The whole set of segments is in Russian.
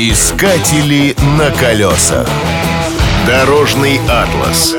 Искатели на колесах. Дорожный атлас.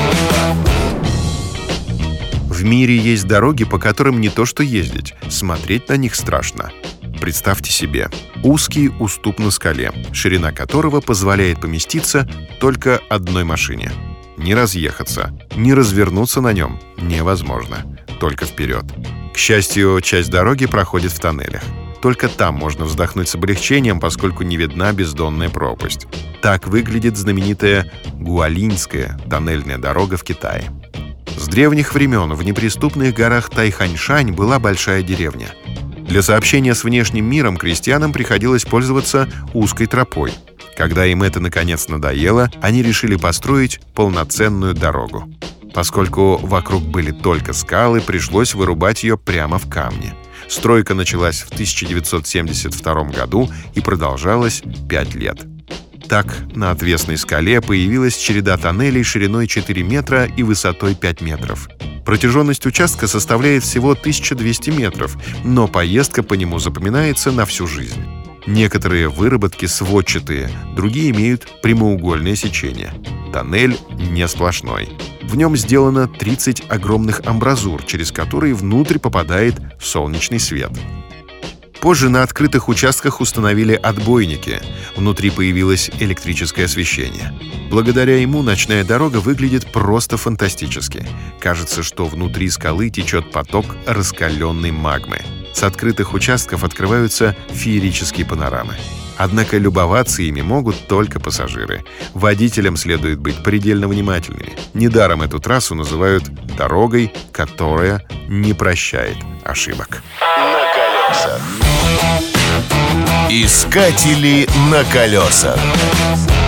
В мире есть дороги, по которым не то что ездить, смотреть на них страшно. Представьте себе узкий уступ на скале, ширина которого позволяет поместиться только одной машине. Не разъехаться, не развернуться на нем невозможно, только вперед. К счастью, часть дороги проходит в тоннелях. Только там можно вздохнуть с облегчением, поскольку не видна бездонная пропасть. Так выглядит знаменитая Гуалинская тоннельная дорога в Китае. С древних времен в неприступных горах Тайханьшань была большая деревня. Для сообщения с внешним миром крестьянам приходилось пользоваться узкой тропой. Когда им это наконец надоело, они решили построить полноценную дорогу. Поскольку вокруг были только скалы, пришлось вырубать ее прямо в камне. Стройка началась в 1972 году и продолжалась 5 лет. Так, на отвесной скале появилась череда тоннелей шириной 4 метра и высотой 5 метров. Протяженность участка составляет всего 1200 метров, но поездка по нему запоминается на всю жизнь. Некоторые выработки сводчатые, другие имеют прямоугольное сечение. Тоннель не сплошной. В нем сделано 30 огромных амбразур, через которые внутрь попадает солнечный свет. Позже на открытых участках установили отбойники. Внутри появилось электрическое освещение. Благодаря ему ночная дорога выглядит просто фантастически. Кажется, что внутри скалы течет поток раскаленной магмы. С открытых участков открываются феерические панорамы. Однако любоваться ими могут только пассажиры. Водителям следует быть предельно внимательными. Недаром эту трассу называют дорогой, которая не прощает ошибок. На колесах. Искатели на колесах.